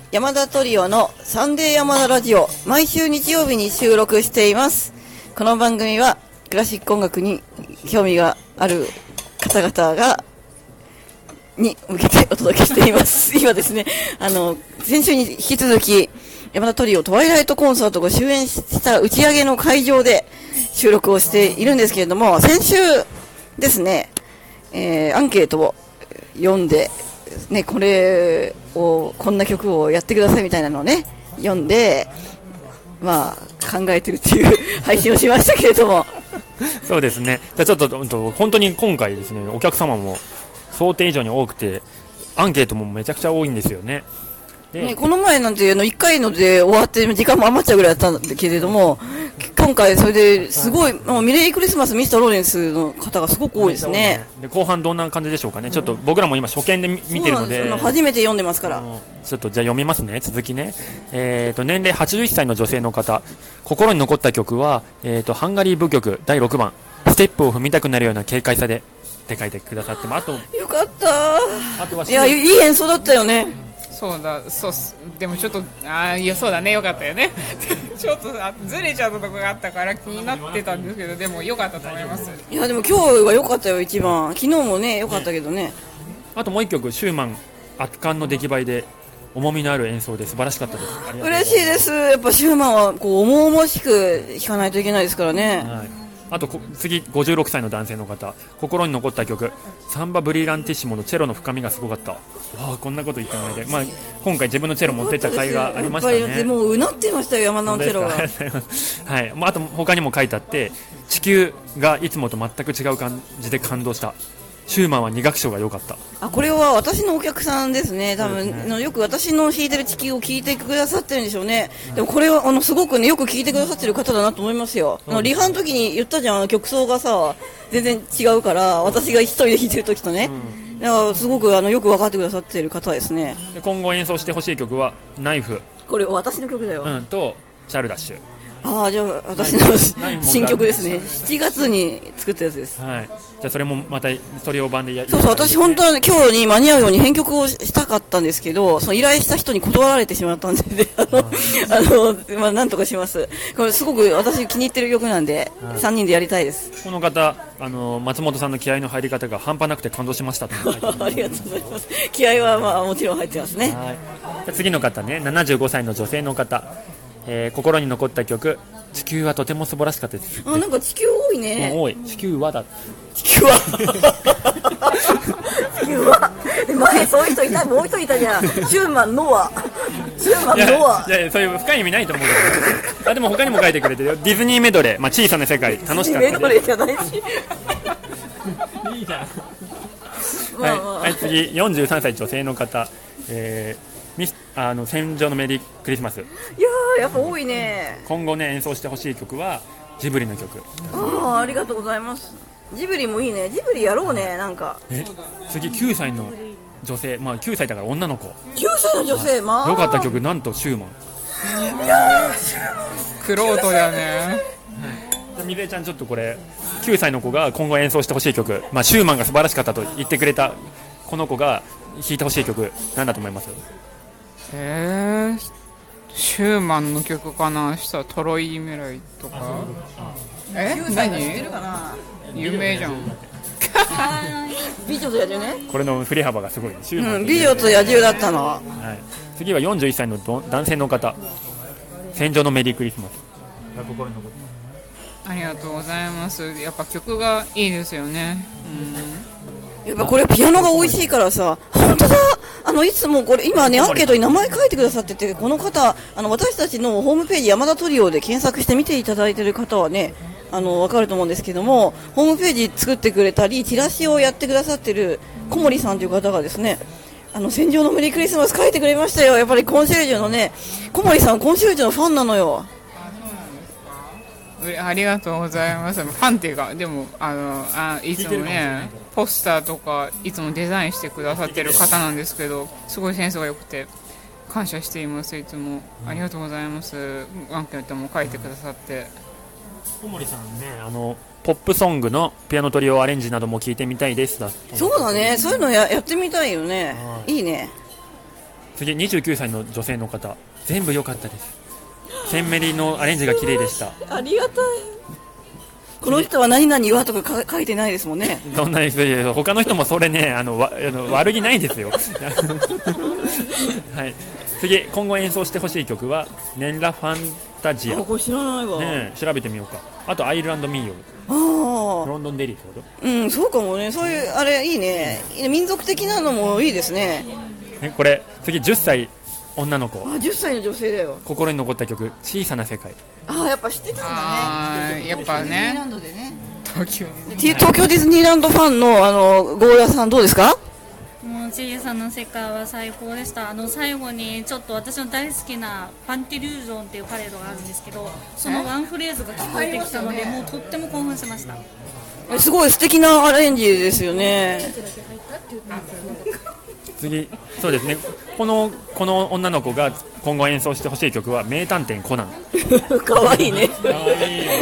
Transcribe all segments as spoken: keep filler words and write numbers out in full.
山田トリオのサンデー山田ラジオ、毎週日曜日に収録しています。この番組はクラシック音楽に興味がある方々がに向けてお届けしています。今ですね、あの先週に引き続き山田トリオトワイライトコンサートが終演した打ち上げの会場で収録をしているんですけれども、先週ですね、えー、アンケートを読んでね、これをこんな曲をやってくださいみたいなのをね読んで、まあ考えてるっていう配信をしましたけれどもそうですね。じゃあちょっと本当に今回ですね、お客様も想定以上に多くて、アンケートもめちゃくちゃ多いんですよね。 ね、この前なんてあのいっかいので終わって時間も余っちゃうぐらいだったんだけれども、今回それですごい、もうミレイクリスマスミスターローレンスの方がすごく多いですね。 で後半どんな感じでしょうかね。ちょっと僕らも今初見で見てるので、 初めて読んでますから、 ちょっとじゃあ読みますね。続きね、えー、と年齢はちじゅっさいの女性の方、心に残った曲は、えー、とハンガリー舞曲だいろくばん、ステップを踏みたくなるような軽快さでって書いてくださって、あとよかった。 あとはいや、いい演奏だったよね。 そうだ、そうでもちょっとあいやそうだね、よかったよねちょっとずれちゃったところがあったから気になってたんですけど、でもよかったと思います。 いやでも今日は良かったよ、一番。昨日もね良かったけどね。 あともう一曲、シューマン圧巻の出来栄えで重みのある演奏で素晴らしかったです。 嬉しいです。やっぱシューマンはこう重々しく弾かないといけないですからね。 はい、あと次ごじゅうろくさいの男性の方、心に残った曲サンバブリランティッシモのチェロの深みがすごかった。わあ、こんなこと言ってもらえて、まあ、今回自分のチェロ持ってった甲斐がありましたね。 やっぱりもううなってましたよ、山田のチェロがはい、まあ、あと他にも書いてあって、地球がいつもと全く違う感じで感動した。シューマンはに楽章が良かった。 あ、これは私のお客さんですね。多分ね、よく私の弾いてる地球を聞いてくださってるんでしょうね。でもこれはあのすごくね、よく聞いてくださってる方だなと思いますよ。あのリハの時に言ったじゃん、曲奏がさ全然違うから、私が一人で弾いてる時とね、うん、だからすごくあのよく分かってくださってる方ですね。 で今後演奏してほしい曲はナイフ、 これ私の曲だよ、 うん、とチャルダッシュ。 ああ、じゃあ私の新曲ですね。しちがつに作ったやつです。 はい、じゃあそれもまたトリオ版でやる。 そうそう、私本当は、ね、今日に間に合うように編曲をしたかったんですけど、その依頼した人に断られてしまったんで、ね、あの、あの、まあ、なんとかします。これすごく私気に入ってる曲なんで、はい、さんにんでやりたいです。 この方、あの松本さんの気合の入り方が半端なくて感動しましたとありがとうございます。気合はまあもちろん入ってますね。 はい、次の方ね、ななじゅうごさいの女性の方、えー、心に残った曲、地球はとても素晴らしかったです。 あ、なんか地球多いね。 多い。地球はだ。 地球は地球は前そういう人いた、もう一人いたじゃん。シューマンノアシューマンノア。 いやいや、そういう深い意味ないと思うけどあ、でも他にも書いてくれてるよ。ディズニーメドレー、まあ、小さな世界楽しかったです。 メドレーじゃないしいいじゃんはい、はい、次よんじゅうさんさい女性の方、えーミスあの戦場のメリークリスマス。いやー、やっぱ多いね。 今後ね演奏してほしい曲はジブリの曲。 ああ、ありがとうございます。ジブリもいいね。ジブリやろうね。なんかえ次きゅうさいの女性、まあきゅうさいだから女の子、 きゅうさいの女性、まあよかった曲、なんとシューマン。 いやー、クロートだね。 みれちゃん、ちょっとこれきゅうさいの子が今後演奏してほしい曲、まあ、シューマンが素晴らしかったと言ってくれたこの子が弾いてほしい曲、なんだと思います？ えー、シューマンの曲かな。したらトロイメライとか。え、何？有名じゃん美女と野獣ね。 これの振り幅がすごい、ね、シューマン、 うん、美女と野獣だったの、はい、 次はよんじゅういっさいの男性の方、戦場のメリークリスマスが心に残って。 ありがとうございます。やっぱ曲がいいですよね。 うん、やっぱこれピアノが美味しいからさ。本当だ。あのいつもこれ今ねアンケートに名前書いてくださってて、この方、あの私たちのホームページ山田トリオで検索して見ていただいている方はね、あの分かると思うんですけども、ホームページ作ってくれたりチラシをやってくださってる小森さんという方がですね、あの戦場のメリークリスマス書いてくれましたよ。やっぱりコンシェルジュのね、小森さんコンシェルジュのファンなのよ。 ありがとうございます。ファンっていうか、でもあのあいつもねポスターとかいつもデザインしてくださってる方なんですけど、すごいセンスが良くて感謝しています。いつもありがとうございます。アンケートも書いてくださって。 小森さんね、あのポップソングのピアノトリオアレンジなども聞いてみたいですだ。 そうだね、そういうの や, やってみたいよね。いいね。 次にじゅうきゅうさいの女性の方、全部良かったです。センメリのアレンジが綺麗でした。 ありがたい。この人は何々はとかか書いてないですもんね。 どんな他の人もそれね、あのわあの悪気ないですよ。はい、次今後演奏してほしい曲はネンラファンタジア。 あ、これ知らないわ。 ね、調べてみようか。あとアイルランド民謡。 あロンドンデリーってこと？ うん、そうかもね。そういうあれいいね。民族的なのもいいですね。 ね、これ次じゅっさい女の子。 あ、じゅっさいの女性だよ。 心に残った曲、小さな世界。 あ、やっぱ知ってたんだね。 あーやっぱねディズニーランドでね。 東京東京ディズニーランドファンのあのゴーヤさんどうですか？ もう小さな世界は最高でした。あの最後にちょっと私の大好きなファンティリュージョンっていうパレードがあるんですけど、そのワンフレーズが聞こえてきたので、もうとっても興奮しました。 すごい素敵なアレンジですよね。 次、そうですね。このこの女の子が今後演奏してほしい曲は名探偵コナン。 可愛いね。 可愛いよ。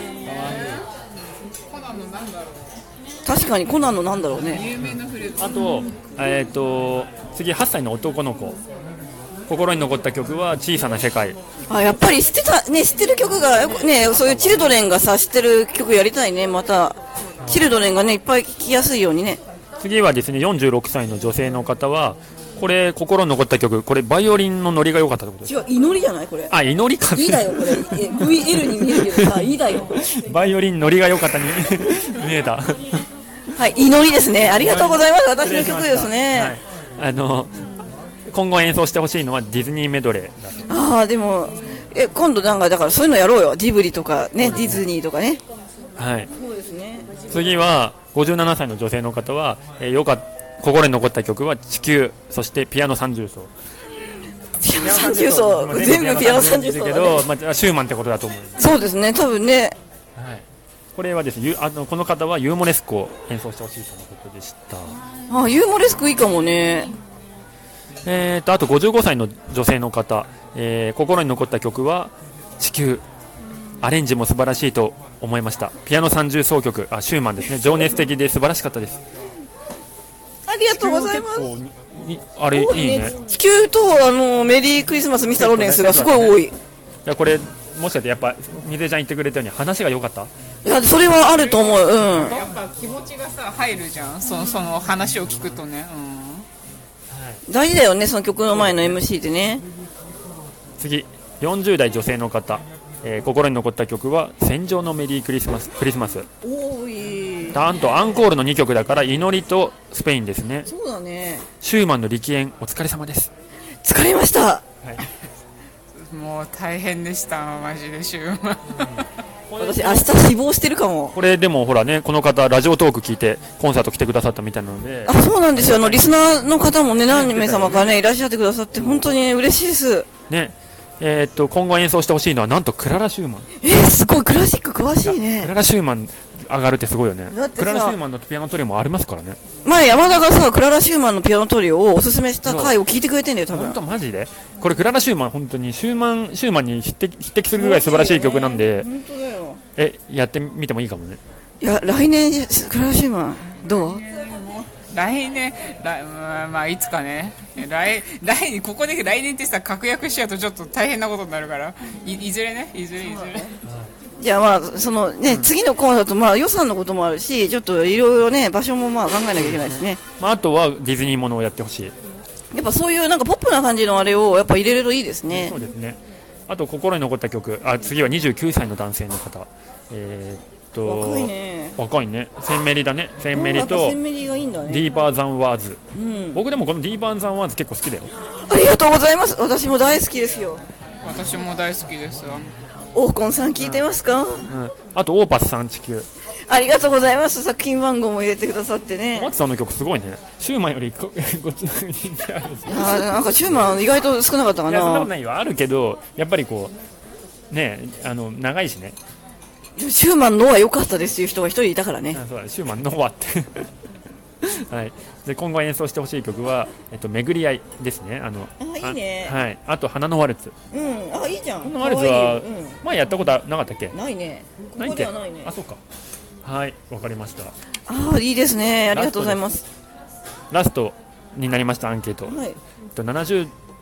確かにコナンのなんだろうね。 有名なフレーズ。 あと、えっ、と次はっさいの男の子。心に残った曲は小さな世界。 あ、やっぱり知ってたね、知ってる曲がね、そういうチルドレンがさ知ってる曲やりたいね。またチルドレンがねいっぱい聴きやすいようにね。 次はですねよんじゅうろくさいの女性の方はこれ心に残った曲、これバイオリンのノリが良かったってことです。 違う、祈りじゃないこれ。 あ、祈りか。 いいだよこれ。え ブイエル に見えるけどさ、いいだよ。 バイオリンノリが良かったに見えた。 はい、祈りですね。ありがとうございます。私の曲ですね。 はい、あの今後演奏してほしいのはディズニーメドレーだ。 ああ、でもえ今度なんかだからそういうのやろうよ。ジブリとかね、ディズニーとかね。 はい。 そうですね。 次はごじゅうななさいの女性の方は、えー、よか心に残った曲は地球、そしてピアノ三重奏。 ピアノ三重奏、全部ピアノ三重奏だね。 けど、まあ、シューマンってことだと思う。 そうですね、多分ね。 はい。これはですね、ゆあのこの方はユーモレスクを演奏してほしいとのことでした。 あ、ユーモレスクいいかもね。 えーとあとごじゅうごさいの女性の方、えー、心に残った曲は地球。アレンジも素晴らしいと思いました。ピアノ三重奏曲、あ、シューマンですね。情熱的で素晴らしかったです。 ありがとうございます。 あれいいね。 地球とあのメリークリスマスミスターローレンスがすごい多い。いや、これもしかしてやっぱ水江ちゃん言ってくれたように話が良かった。 いや、それはあると思う。うん。 やっぱ気持ちがさ入るじゃん。そのその話を聞くとね。 うん、大事だよね、その曲の前の エムシー でね。 次、よんじゅうだい女性の方、えー、心に残った曲は戦場のメリークリスマス。クリスマス。 おーい。 なんとアンコールのにきょくだから祈りとスペインですね。 そうだね。 シューマンの力演お疲れ様です。 疲れました。はい、もう大変でしたマジでシューマン。 私明日死亡してるかも。 これでもほらね、この方ラジオトーク聞いてコンサート来てくださったみたいなので。 あ、そうなんですよ。あのリスナーの方もね、何名様かねいらっしゃってくださって本当に、ね、嬉しいですね。えー、っと今後演奏してほしいのはなんとクララ・シューマン。 えー、すごいクラシック詳しいね。 クララ・シューマン上がるってすごいよね。 だってクララ・シューマンのピアノトリオもありますからね。 前山田がさクララ・シューマンのピアノトリオをおすすめした回を聞いてくれてんだよ多分。 本当マジでこれクララ・シューマン本当にシューマンシューマンに匹敵、匹敵するぐらい素晴らしい曲なんで。 本当だよ。 えやってみてもいいかもね。 いや来年クララ・シューマンどう？ 来年来まあ、まあ、いつかね来来ここで来年ってさ確約しちゃうとちょっと大変なことになるから い, いずれねいずれいずれ。 じゃあまあそのね、うん、次のコンサートまあ予算のこともあるしちょっといろいろね場所もまあ考えなきゃいけないですね。 まあ、あとはディズニーものをやってほしい。 やっぱそういうなんかポップな感じのあれをやっぱ入れるといいですね。 そうですね。あと心に残った曲、あ次はにじゅうきゅうさいの男性の方、えー若いね。 若いね。センメリだね。センメリとディーバーザンワーズ、うん、僕でもこのディーバーザンワーズ結構好きだよ。 ありがとうございます。私も大好きですよ。 私も大好きですわ。 オーコンさん聞いてますか？うんうん、あとオーパスさん地球ありがとうございます。作品番号も入れてくださってね。 マツさんの曲すごいね。シューマンよりここっちの人気ある。 あなんかシューマン意外と少なかったかな。いやそんなことないよ。あるけどやっぱりこうねあの長いしね。 シューマンのは良かったですという人が一人いたからね。 あそうだシューマンのはってはい。で今後演奏してほしい曲は、えっと、巡り合いですね。あのあいいね。 あ、はい、あと花のワルツ。 うんあいいじゃん。 花のワルツは、うん、前やったことなかったっけ？ ないね。ここではないね。 あそうか。はいわかりました。 あいいですね。ありがとうございます。 ラストになりましたアンケート。 はい。 とななじゅう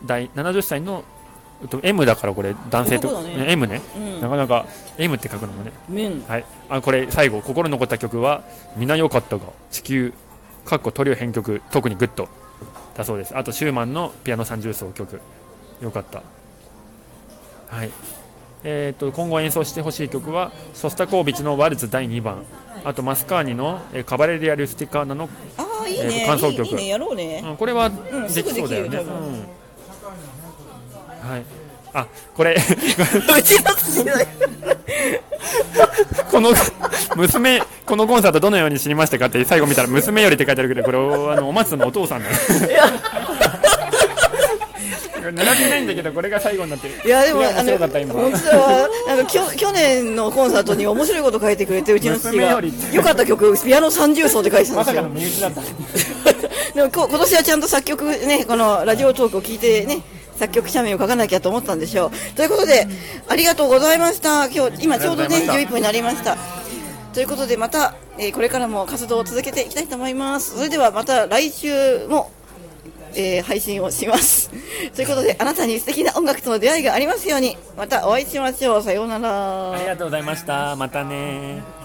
代ななじゅっさいの M だからこれ男性と、 ね、 M ね、 うん、 なかなか M って書くのもね、 面、 はい、あこれ最後心に残った曲はみんな良かったが地球かっこトリオ編曲特にグッドだそうです。あとシューマンのピアノ三重奏曲良かった。はい、えー、と今後演奏してほしい曲はソスタコービチのワルツだいにばん、あとマスカーニの、えー、カバレリア・ルスティカーナの、 あいいね、 えー、感想曲。 いいね、やろうね、 うん、これはできそうだよね、うん、はい、あこれうちのこの娘このコンサートどのように知りましたかって最後見たら娘よりって書いてあるけど、これあのお松さんのお父さんだね並びないんだけどこれが最後になってる。 いやでも面白かった今。 本当はなんかきょ去年のコンサートに面白いこと書いてくれて、うちの父が良かった曲ピアノ三重奏で書いてたんですよ。まさかの身内だったでも今年はちゃんと作曲ね、このラジオトークを聞いてね、作曲者名を書かなきゃと思ったんでしょう。ということでありがとうございました。今日今ちょうどねじゅういっぷんになりました。ということでまた、えー、これからも活動を続けていきたいと思います。それではまた来週も、えー、配信をしますということで、あなたに素敵な音楽との出会いがありますように。またお会いしましょう。さようなら。 ありがとうございました。またね。